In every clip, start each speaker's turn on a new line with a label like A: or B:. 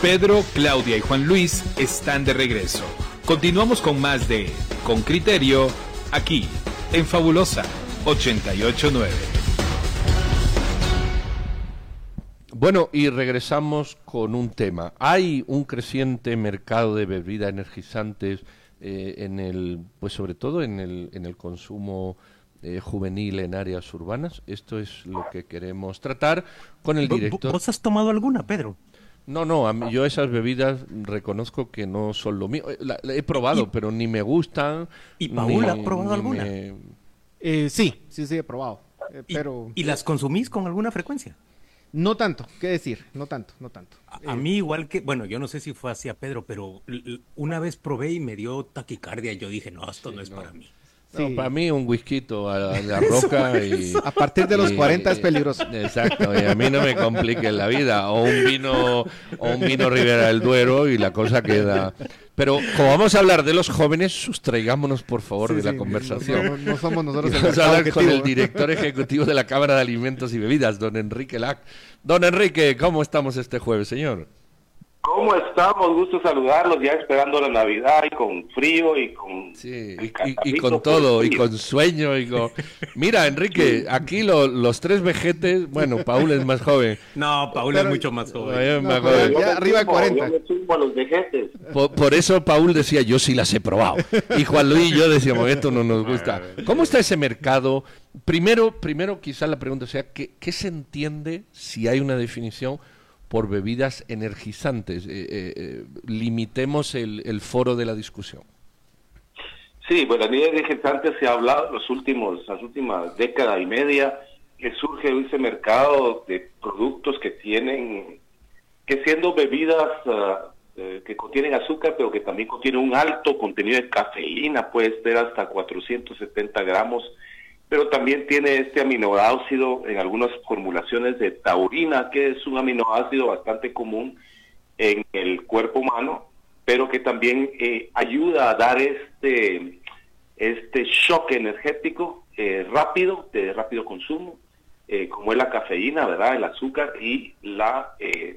A: Pedro, Claudia y Juan Luis están de regreso. Continuamos con más de Con Criterio, aquí, en Fabulosa 889.
B: Bueno, y regresamos con un tema. Hay un creciente mercado de bebidas energizantes pues sobre todo en el consumo juvenil en áreas urbanas. Esto es lo que queremos tratar con el director.
C: ¿Vos has tomado alguna, Pedro?
B: No, yo esas bebidas reconozco que no son lo mío. La he probado, pero ni me gustan.
C: ¿Y Paul ha probado alguna?
D: Sí, he probado.
C: ¿Y las consumís con alguna frecuencia?
D: No tanto, qué decir, no tanto.
C: A mí igual que, bueno, yo no sé si fue así a Pedro, pero una vez probé y me dio taquicardia. Yo dije, no, esto no es para mí.
B: No, para mí un whisky a la roca y...
D: A partir de los 40 es peligroso.
B: Exacto, y a mí no me complique la vida. O un vino Ribera del Duero y la cosa queda... Pero como vamos a hablar de los jóvenes, sustraigámonos por favor de la conversación.
D: No somos nosotros el
B: vamos a hablar
D: objetivo,
B: con el director ejecutivo de la Cámara de Alimentos y Bebidas, don Enrique Lac. Don Enrique, ¿cómo estamos este jueves, señor?
E: ¿Cómo estamos? Gusto saludarlos, ya esperando la Navidad y con frío y con...
B: Sí, y con todo, y con sueño, y con... Mira, Enrique, aquí los tres vejetes, bueno, Paul es más joven.
C: No, Paul es mucho más joven.
D: Ya arriba de 40.
E: Yo me sumo a los vejetes.
B: Por eso Paul decía, yo sí las he probado. Y Juan Luis y yo decíamos, esto no nos gusta. ¿Cómo está ese mercado? Primero quizás la pregunta sea, ¿qué se entiende, si hay una definición, por bebidas energizantes? Limitemos el foro de la discusión.
E: Sí, bueno, las bebidas energizantes se ha hablado en las últimas década y media, que surge ese mercado de productos que siendo bebidas que contienen azúcar, pero que también contienen un alto contenido de cafeína, puede ser hasta 470 gramos, pero también tiene este aminoácido en algunas formulaciones de taurina, que es un aminoácido bastante común en el cuerpo humano, pero que también ayuda a dar este shock energético rápido, de rápido consumo, como es la cafeína, ¿verdad?, el azúcar y la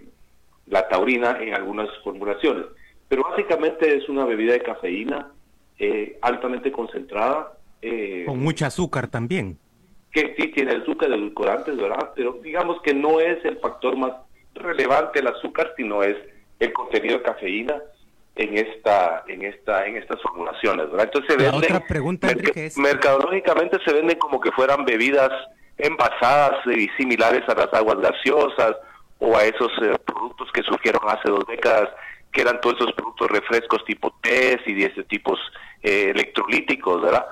E: taurina en algunas formulaciones. Pero básicamente es una bebida de cafeína altamente concentrada,
C: con mucha azúcar también.
E: Que sí tiene azúcar, edulcorantes, ¿verdad? Pero digamos que no es el factor más relevante el azúcar, sino es el contenido de cafeína en estas formulaciones, ¿verdad? Entonces se venden,
C: otra pregunta, Enrique, es...
E: mercadológicamente se venden como que fueran bebidas envasadas y similares a las aguas gaseosas o a esos productos que surgieron hace 2 décadas, que eran todos esos productos refrescos tipo tés y de ese tipos electrolíticos, ¿verdad?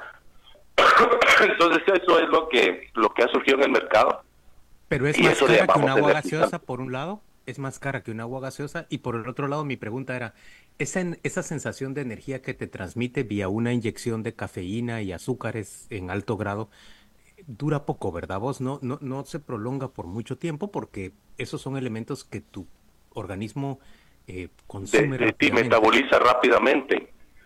E: Entonces eso es lo que ha surgido en el mercado.
C: Pero es más cara que un agua gaseosa, por un lado, es más cara que un agua gaseosa, y por el otro lado mi pregunta era, esa sensación de energía que te transmite vía una inyección de cafeína y azúcares en alto grado, dura poco, ¿verdad? Vos no se prolonga por mucho tiempo, porque esos son elementos que tu organismo consume rápidamente.
E: Metaboliza rápidamente.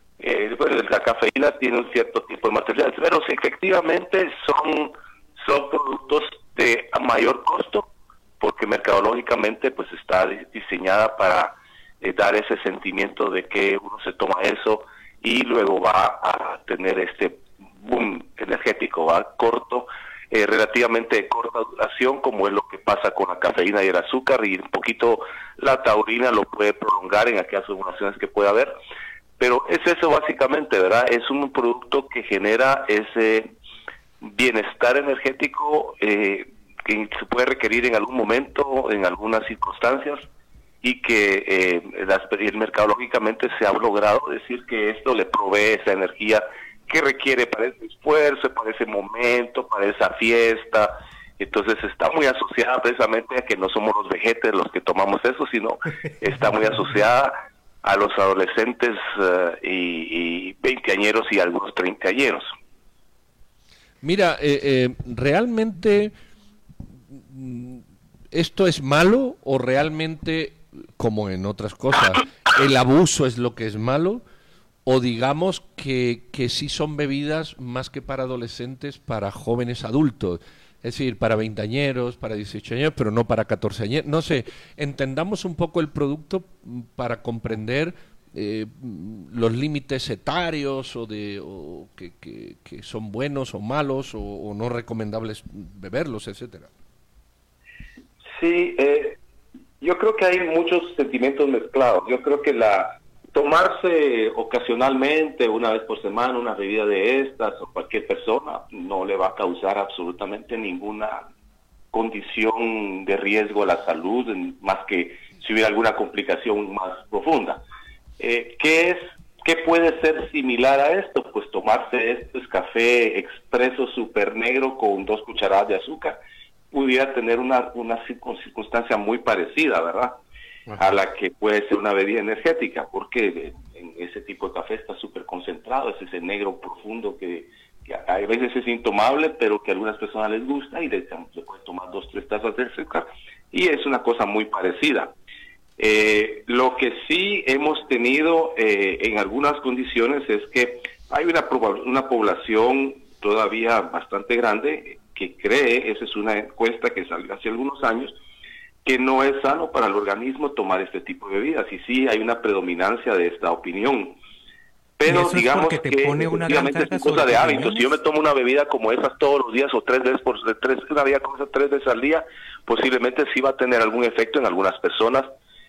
E: La cafeína tiene un cierto tipo de materiales, pero sí, efectivamente son productos de mayor costo, porque mercadológicamente pues está diseñada para dar ese sentimiento de que uno se toma eso y luego va a tener este boom energético, va corto, relativamente de corta duración, como es lo que pasa con la cafeína y el azúcar, y un poquito la taurina lo puede prolongar en aquellas formulaciones que pueda haber. Pero es eso básicamente, ¿verdad? Es un producto que genera ese bienestar energético que se puede requerir en algún momento, en algunas circunstancias, y que mercadológicamente se ha logrado decir que esto le provee esa energía que requiere para ese esfuerzo, para ese momento, para esa fiesta. Entonces está muy asociada precisamente a que no somos los vejetes los que tomamos eso, sino está muy asociada a los adolescentes y veinteañeros y algunos treintañeros.
B: Mira, ¿realmente esto es malo o realmente, como en otras cosas, el abuso es lo que es malo? O digamos que sí son bebidas más que para adolescentes, para jóvenes adultos. Es decir, para 20añeros, para 18añeros, pero no para 14añeros. No sé, entendamos un poco el producto para comprender los límites etarios o que son buenos o malos o no recomendables beberlos, etcétera.
E: Sí, yo creo que hay muchos sentimientos mezclados. Yo creo que tomarse ocasionalmente, una vez por semana, una bebida de estas, o cualquier persona, no le va a causar absolutamente ninguna condición de riesgo a la salud, más que si hubiera alguna complicación más profunda. ¿Qué puede ser similar a esto? Pues tomarse café expreso super negro con 2 cucharadas de azúcar, pudiera tener una circunstancia muy parecida, ¿verdad? A la que puede ser una bebida energética, porque en ese tipo de café está súper concentrado, es ese negro profundo que a veces es intomable, pero que a algunas personas les gusta y se puede tomar 2-3 tazas de azúcar, y es una cosa muy parecida. Lo que sí hemos tenido en algunas condiciones es que hay una población todavía bastante grande que cree, esa es una encuesta que salió hace algunos años, que no es sano para el organismo tomar este tipo de bebidas, y sí hay una predominancia de esta opinión. Pero digamos que efectivamente es cosa de hábitos. Si yo me tomo una bebida como esas todos los días o 3 veces una bebida como esas 3 veces al día, posiblemente sí va a tener algún efecto en algunas personas.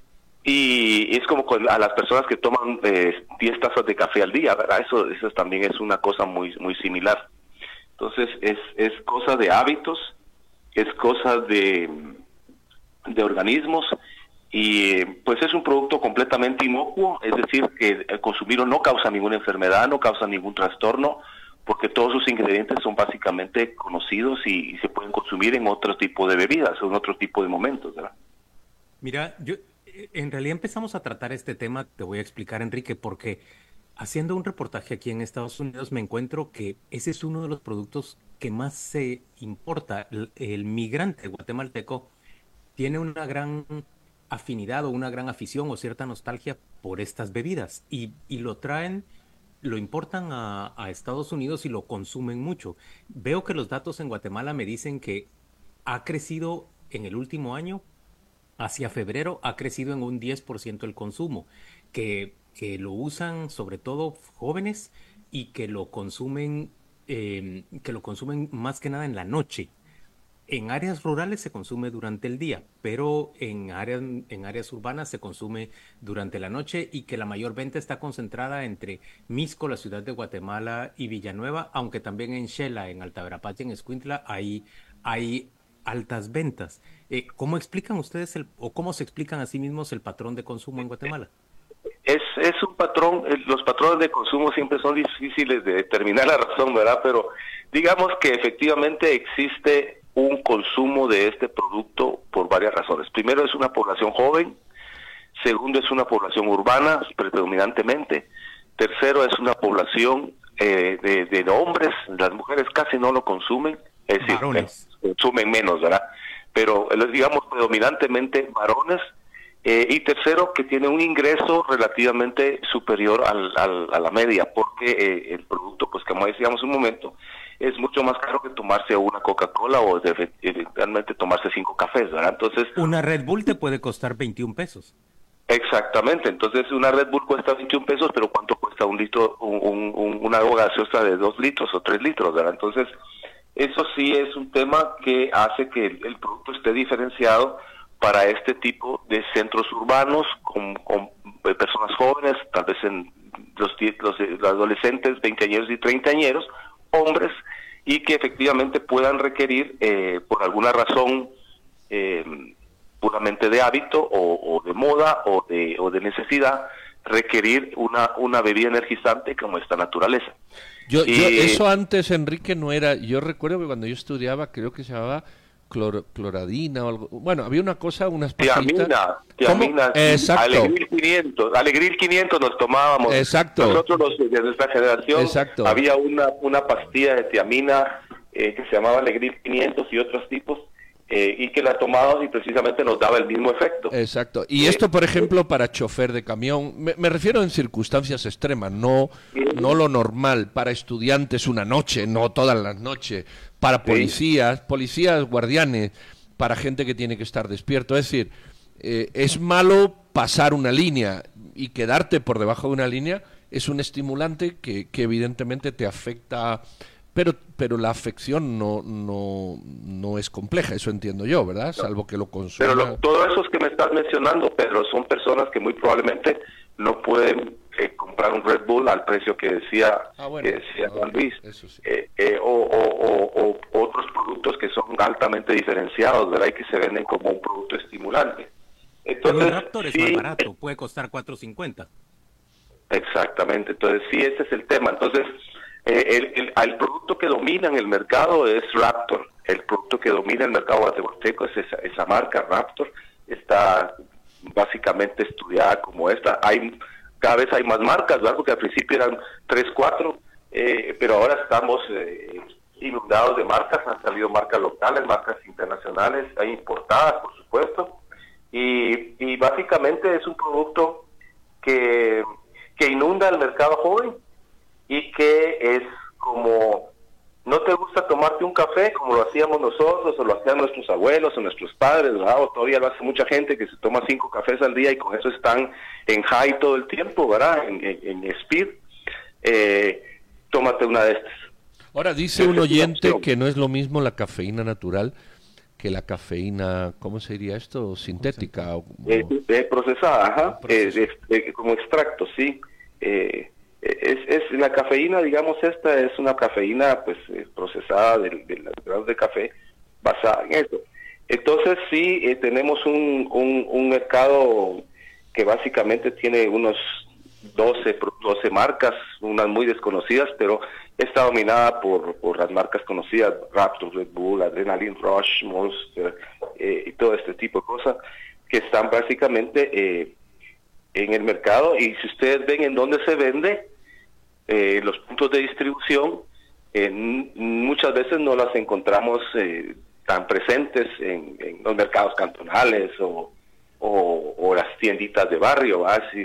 E: Y es como a las personas que toman 10 tazas de café al día, ¿verdad? Eso también es una cosa muy similar. Entonces es cosa de hábitos, es cosa de organismos, y pues es un producto completamente inocuo, es decir, que el consumirlo no causa ninguna enfermedad, no causa ningún trastorno, porque todos sus ingredientes son básicamente conocidos y se pueden consumir en otro tipo de bebidas, en otro tipo de momentos, ¿verdad?
C: Mira, en realidad empezamos a tratar este tema, te voy a explicar, Enrique, porque haciendo un reportaje aquí en Estados Unidos me encuentro que ese es uno de los productos que más se importa. El migrante guatemalteco tiene una gran afinidad o una gran afición o cierta nostalgia por estas bebidas y lo importan a Estados Unidos y lo consumen mucho. Veo que los datos en Guatemala me dicen que ha crecido en el último año, hacia febrero, ha crecido en un 10% el consumo, que lo usan sobre todo jóvenes y que lo consumen más que nada en la noche. En áreas rurales se consume durante el día, pero en áreas urbanas se consume durante la noche, y que la mayor venta está concentrada entre Mixco, la ciudad de Guatemala, y Villanueva, aunque también en Xela, en Alta Verapaz y en Escuintla hay altas ventas. ¿Cómo explican ustedes o cómo se explican a sí mismos el patrón de consumo en Guatemala?
E: Es un patrón, los patrones de consumo siempre son difíciles de determinar la razón, ¿verdad? Pero digamos que efectivamente existe un consumo de este producto por varias razones. Primero, es una población joven. Segundo, es una población urbana predominantemente. Tercero, es una población de hombres. Las mujeres casi no lo consumen, es decir, consumen menos, ¿verdad? Pero digamos predominantemente varones. Y tercero, que tiene un ingreso relativamente superior a la media, porque el producto, pues como decíamos un momento, es mucho más caro que tomarse una Coca-Cola o realmente tomarse 5 cafés, ¿verdad? Entonces,
C: una Red Bull te puede costar 21 pesos.
E: Exactamente, entonces una Red Bull cuesta 21 pesos, pero ¿cuánto cuesta un litro, una agua gaseosa de 2 litros o 3 litros, ¿verdad? Entonces, eso sí es un tema que hace que el producto esté diferenciado para este tipo de centros urbanos con personas jóvenes, tal vez en los adolescentes, 20añeros y 30añeros, hombres, y que efectivamente puedan requerir por alguna razón puramente de hábito o de moda o de necesidad, requerir una bebida energizante como esta naturaleza.
B: Eso antes, Enrique, no era. Yo recuerdo que cuando yo estudiaba, creo que se llamaba cloradina o algo. Bueno, había una cosa, unas pastillas.
E: Tiamina.
B: Exacto.
E: Alegril 500 nos tomábamos.
B: Exacto.
E: Nosotros de nuestra generación.
B: Exacto.
E: Había una pastilla de tiamina que se llamaba Alegril 500 y otros tipos, y que la tomábamos y precisamente nos daba el mismo efecto.
B: Exacto. Y esto, por ejemplo, para chofer de camión, me refiero en circunstancias extremas, no lo normal, para estudiantes una noche, no todas las noches, para policías guardianes, para gente que tiene que estar despierto. Es decir, es malo pasar una línea y quedarte por debajo de una línea, es un estimulante que evidentemente te afecta. Pero la afección no es compleja, eso entiendo yo, ¿verdad? Salvo que lo consuma.
E: Pero todos esos que me estás mencionando, Pedro, son personas que muy probablemente no pueden comprar un Red Bull al precio que decía, Juan Luis.
B: Eso sí.
E: O otros productos que son altamente diferenciados, ¿verdad? Y que se venden como un producto estimulante. Entonces,
C: pero el Raptor es más barato, puede costar $4.50.
E: Exactamente, entonces sí, ese es el tema. Entonces, el producto que domina en el mercado es Raptor. El producto que domina el mercado guatemalteco es esa marca Raptor. Está básicamente estudiada como esta. Cada vez hay más marcas, ¿verdad? Porque al principio eran 3, 4, pero ahora estamos inundados de marcas. Han salido marcas locales, marcas internacionales, hay importadas, por supuesto. Y básicamente es un producto que inunda el mercado joven y que es como, no te gusta tomarte un café como lo hacíamos nosotros o lo hacían nuestros abuelos o nuestros padres, ¿verdad? O todavía lo hace mucha gente que se toma 5 cafés al día y con eso están en high todo el tiempo, ¿verdad? En speed. Tómate una de estas.
B: Ahora dice un oyente que no es lo mismo la cafeína natural que la cafeína, ¿cómo se diría esto? Sintética.
E: Procesada, ajá. Como extracto, sí. Es la cafeína, digamos, esta es una cafeína pues procesada de los granos de café basada en eso. Entonces sí, tenemos un mercado que básicamente tiene unos 12 marcas, unas muy desconocidas, pero está dominada por las marcas conocidas, Raptor, Red Bull, Adrenaline Rush, Monster, y todo este tipo de cosas que están básicamente en el mercado. Y si ustedes ven en dónde se vende, los puntos de distribución, muchas veces no las encontramos tan presentes en los mercados cantonales o las tienditas de barrio. Así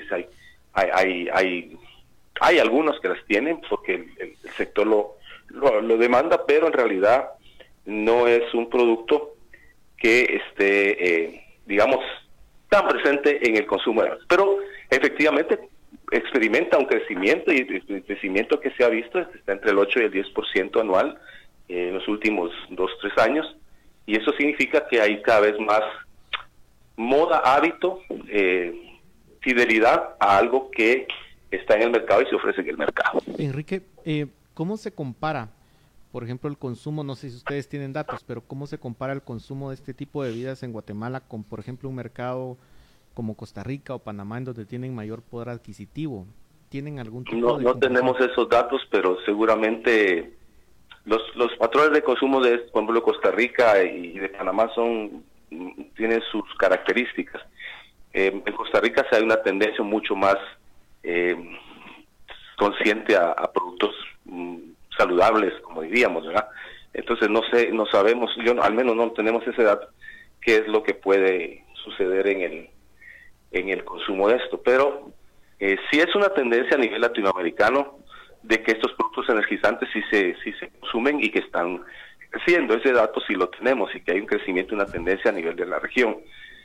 E: hay algunos que las tienen porque el sector lo demanda, pero en realidad no es un producto que esté, digamos, tan presente en el consumo. Pero efectivamente experimenta un crecimiento, y el crecimiento que se ha visto está entre el 8 y el 10% anual en los últimos 2-3 años, y eso significa que hay cada vez más moda, hábito, fidelidad a algo que está en el mercado y se ofrece en el mercado.
D: Enrique, ¿cómo se compara, por ejemplo, el consumo? No sé si ustedes tienen datos, pero ¿cómo se compara el consumo de este tipo de bebidas en Guatemala con, por ejemplo, un mercado como Costa Rica o Panamá, en donde tienen mayor poder adquisitivo? ¿Tienen algún tipo de...?
E: No tenemos esos datos, pero seguramente los patrones de consumo de, por ejemplo, Costa Rica y de Panamá tienen sus características. En Costa Rica se hay una tendencia mucho más consciente a productos saludables, como diríamos, ¿verdad? Entonces no sabemos, al menos no tenemos ese dato, qué es lo que puede suceder en el consumo de esto, pero sí es una tendencia a nivel latinoamericano de que estos productos energizantes sí se consumen y que están creciendo. Ese dato sí lo tenemos, y que hay un crecimiento, una tendencia a nivel de la región.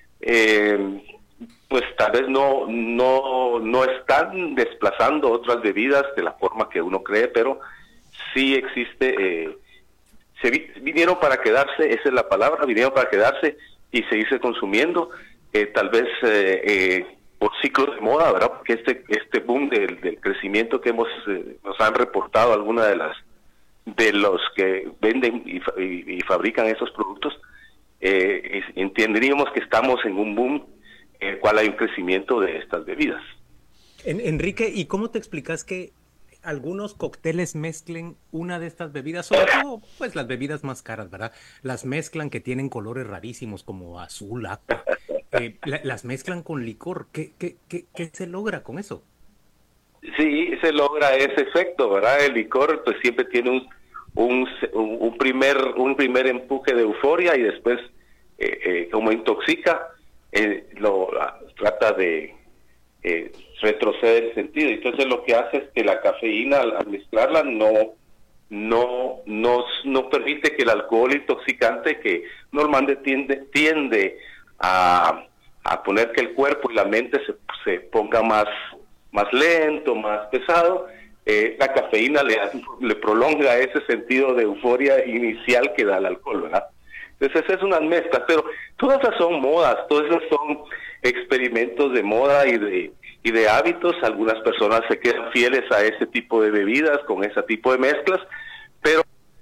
E: Pues tal vez no están desplazando otras bebidas de la forma que uno cree, pero sí existe, vinieron para quedarse, esa es la palabra, vinieron para quedarse y seguirse consumiendo, tal vez por ciclos de moda, ¿verdad? Porque este boom del crecimiento que nos han reportado algunas de los que venden y fabrican esos productos, entenderíamos que estamos en un boom en el cual hay un crecimiento de estas bebidas.
C: Enrique, ¿y cómo te explicas que algunos cócteles mezclen una de estas bebidas? Sobre todo, pues las bebidas más caras, ¿verdad? Las mezclan, que tienen colores rarísimos como azul, aqua. Las mezclan con licor. ¿Qué se logra con eso?
E: Sí, se logra ese efecto, ¿verdad? El licor pues siempre tiene un primer empuje de euforia, y después como intoxica, trata de retroceder el sentido. Entonces lo que hace es que la cafeína al mezclarla no permite que el alcohol intoxicante, que normalmente tiende a poner que el cuerpo y la mente se ponga más lento, más pesado, la cafeína le prolonga ese sentido de euforia inicial que da el alcohol, ¿verdad? Entonces esas es una mezcla, pero todas esas son modas, todas esas son experimentos de moda y de hábitos. Algunas personas se quedan fieles a ese tipo de bebidas, con ese tipo de mezclas, pero...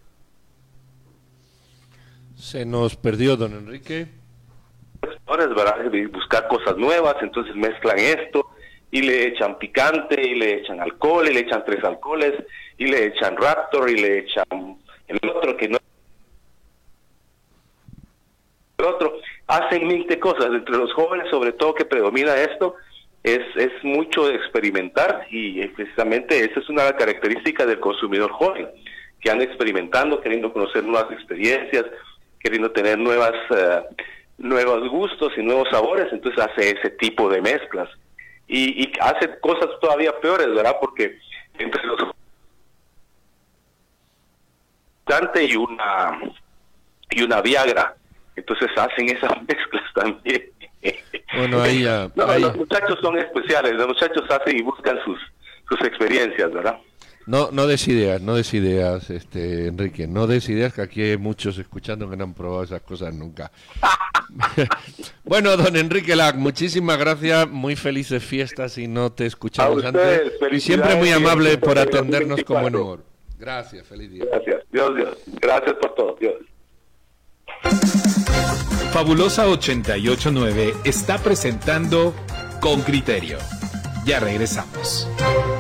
B: Se nos perdió, don Enrique.
E: ¿Verdad? Buscar cosas nuevas, entonces mezclan esto y le echan picante y le echan alcohol y le echan 3 alcoholes y le echan Raptor y le echan el otro que no, el otro, hacen mil de cosas. Entre los jóvenes, sobre todo, que predomina esto es mucho de experimentar, y precisamente esa es una característica del consumidor joven, que anda experimentando, queriendo conocer nuevas experiencias, queriendo tener nuevos gustos y nuevos sabores. Entonces hace ese tipo de mezclas y hace cosas todavía peores, ¿verdad? Porque entre los y una Viagra, entonces hacen esas mezclas también.
B: Bueno, ahí ya...
E: Los muchachos son especiales, los muchachos hacen y buscan sus experiencias, ¿verdad?
B: No des ideas, Enrique, no des ideas, que aquí hay muchos escuchando que no han probado esas cosas nunca. Bueno, don Enrique Lac, muchísimas gracias, muy felices fiestas y no te escuchamos antes. Y siempre muy amable por atendernos con buen humor. Gracias, feliz día.
E: Gracias, Dios. Gracias por todo, Dios.
A: Fabulosa 889 está presentando Con Criterio. Ya regresamos.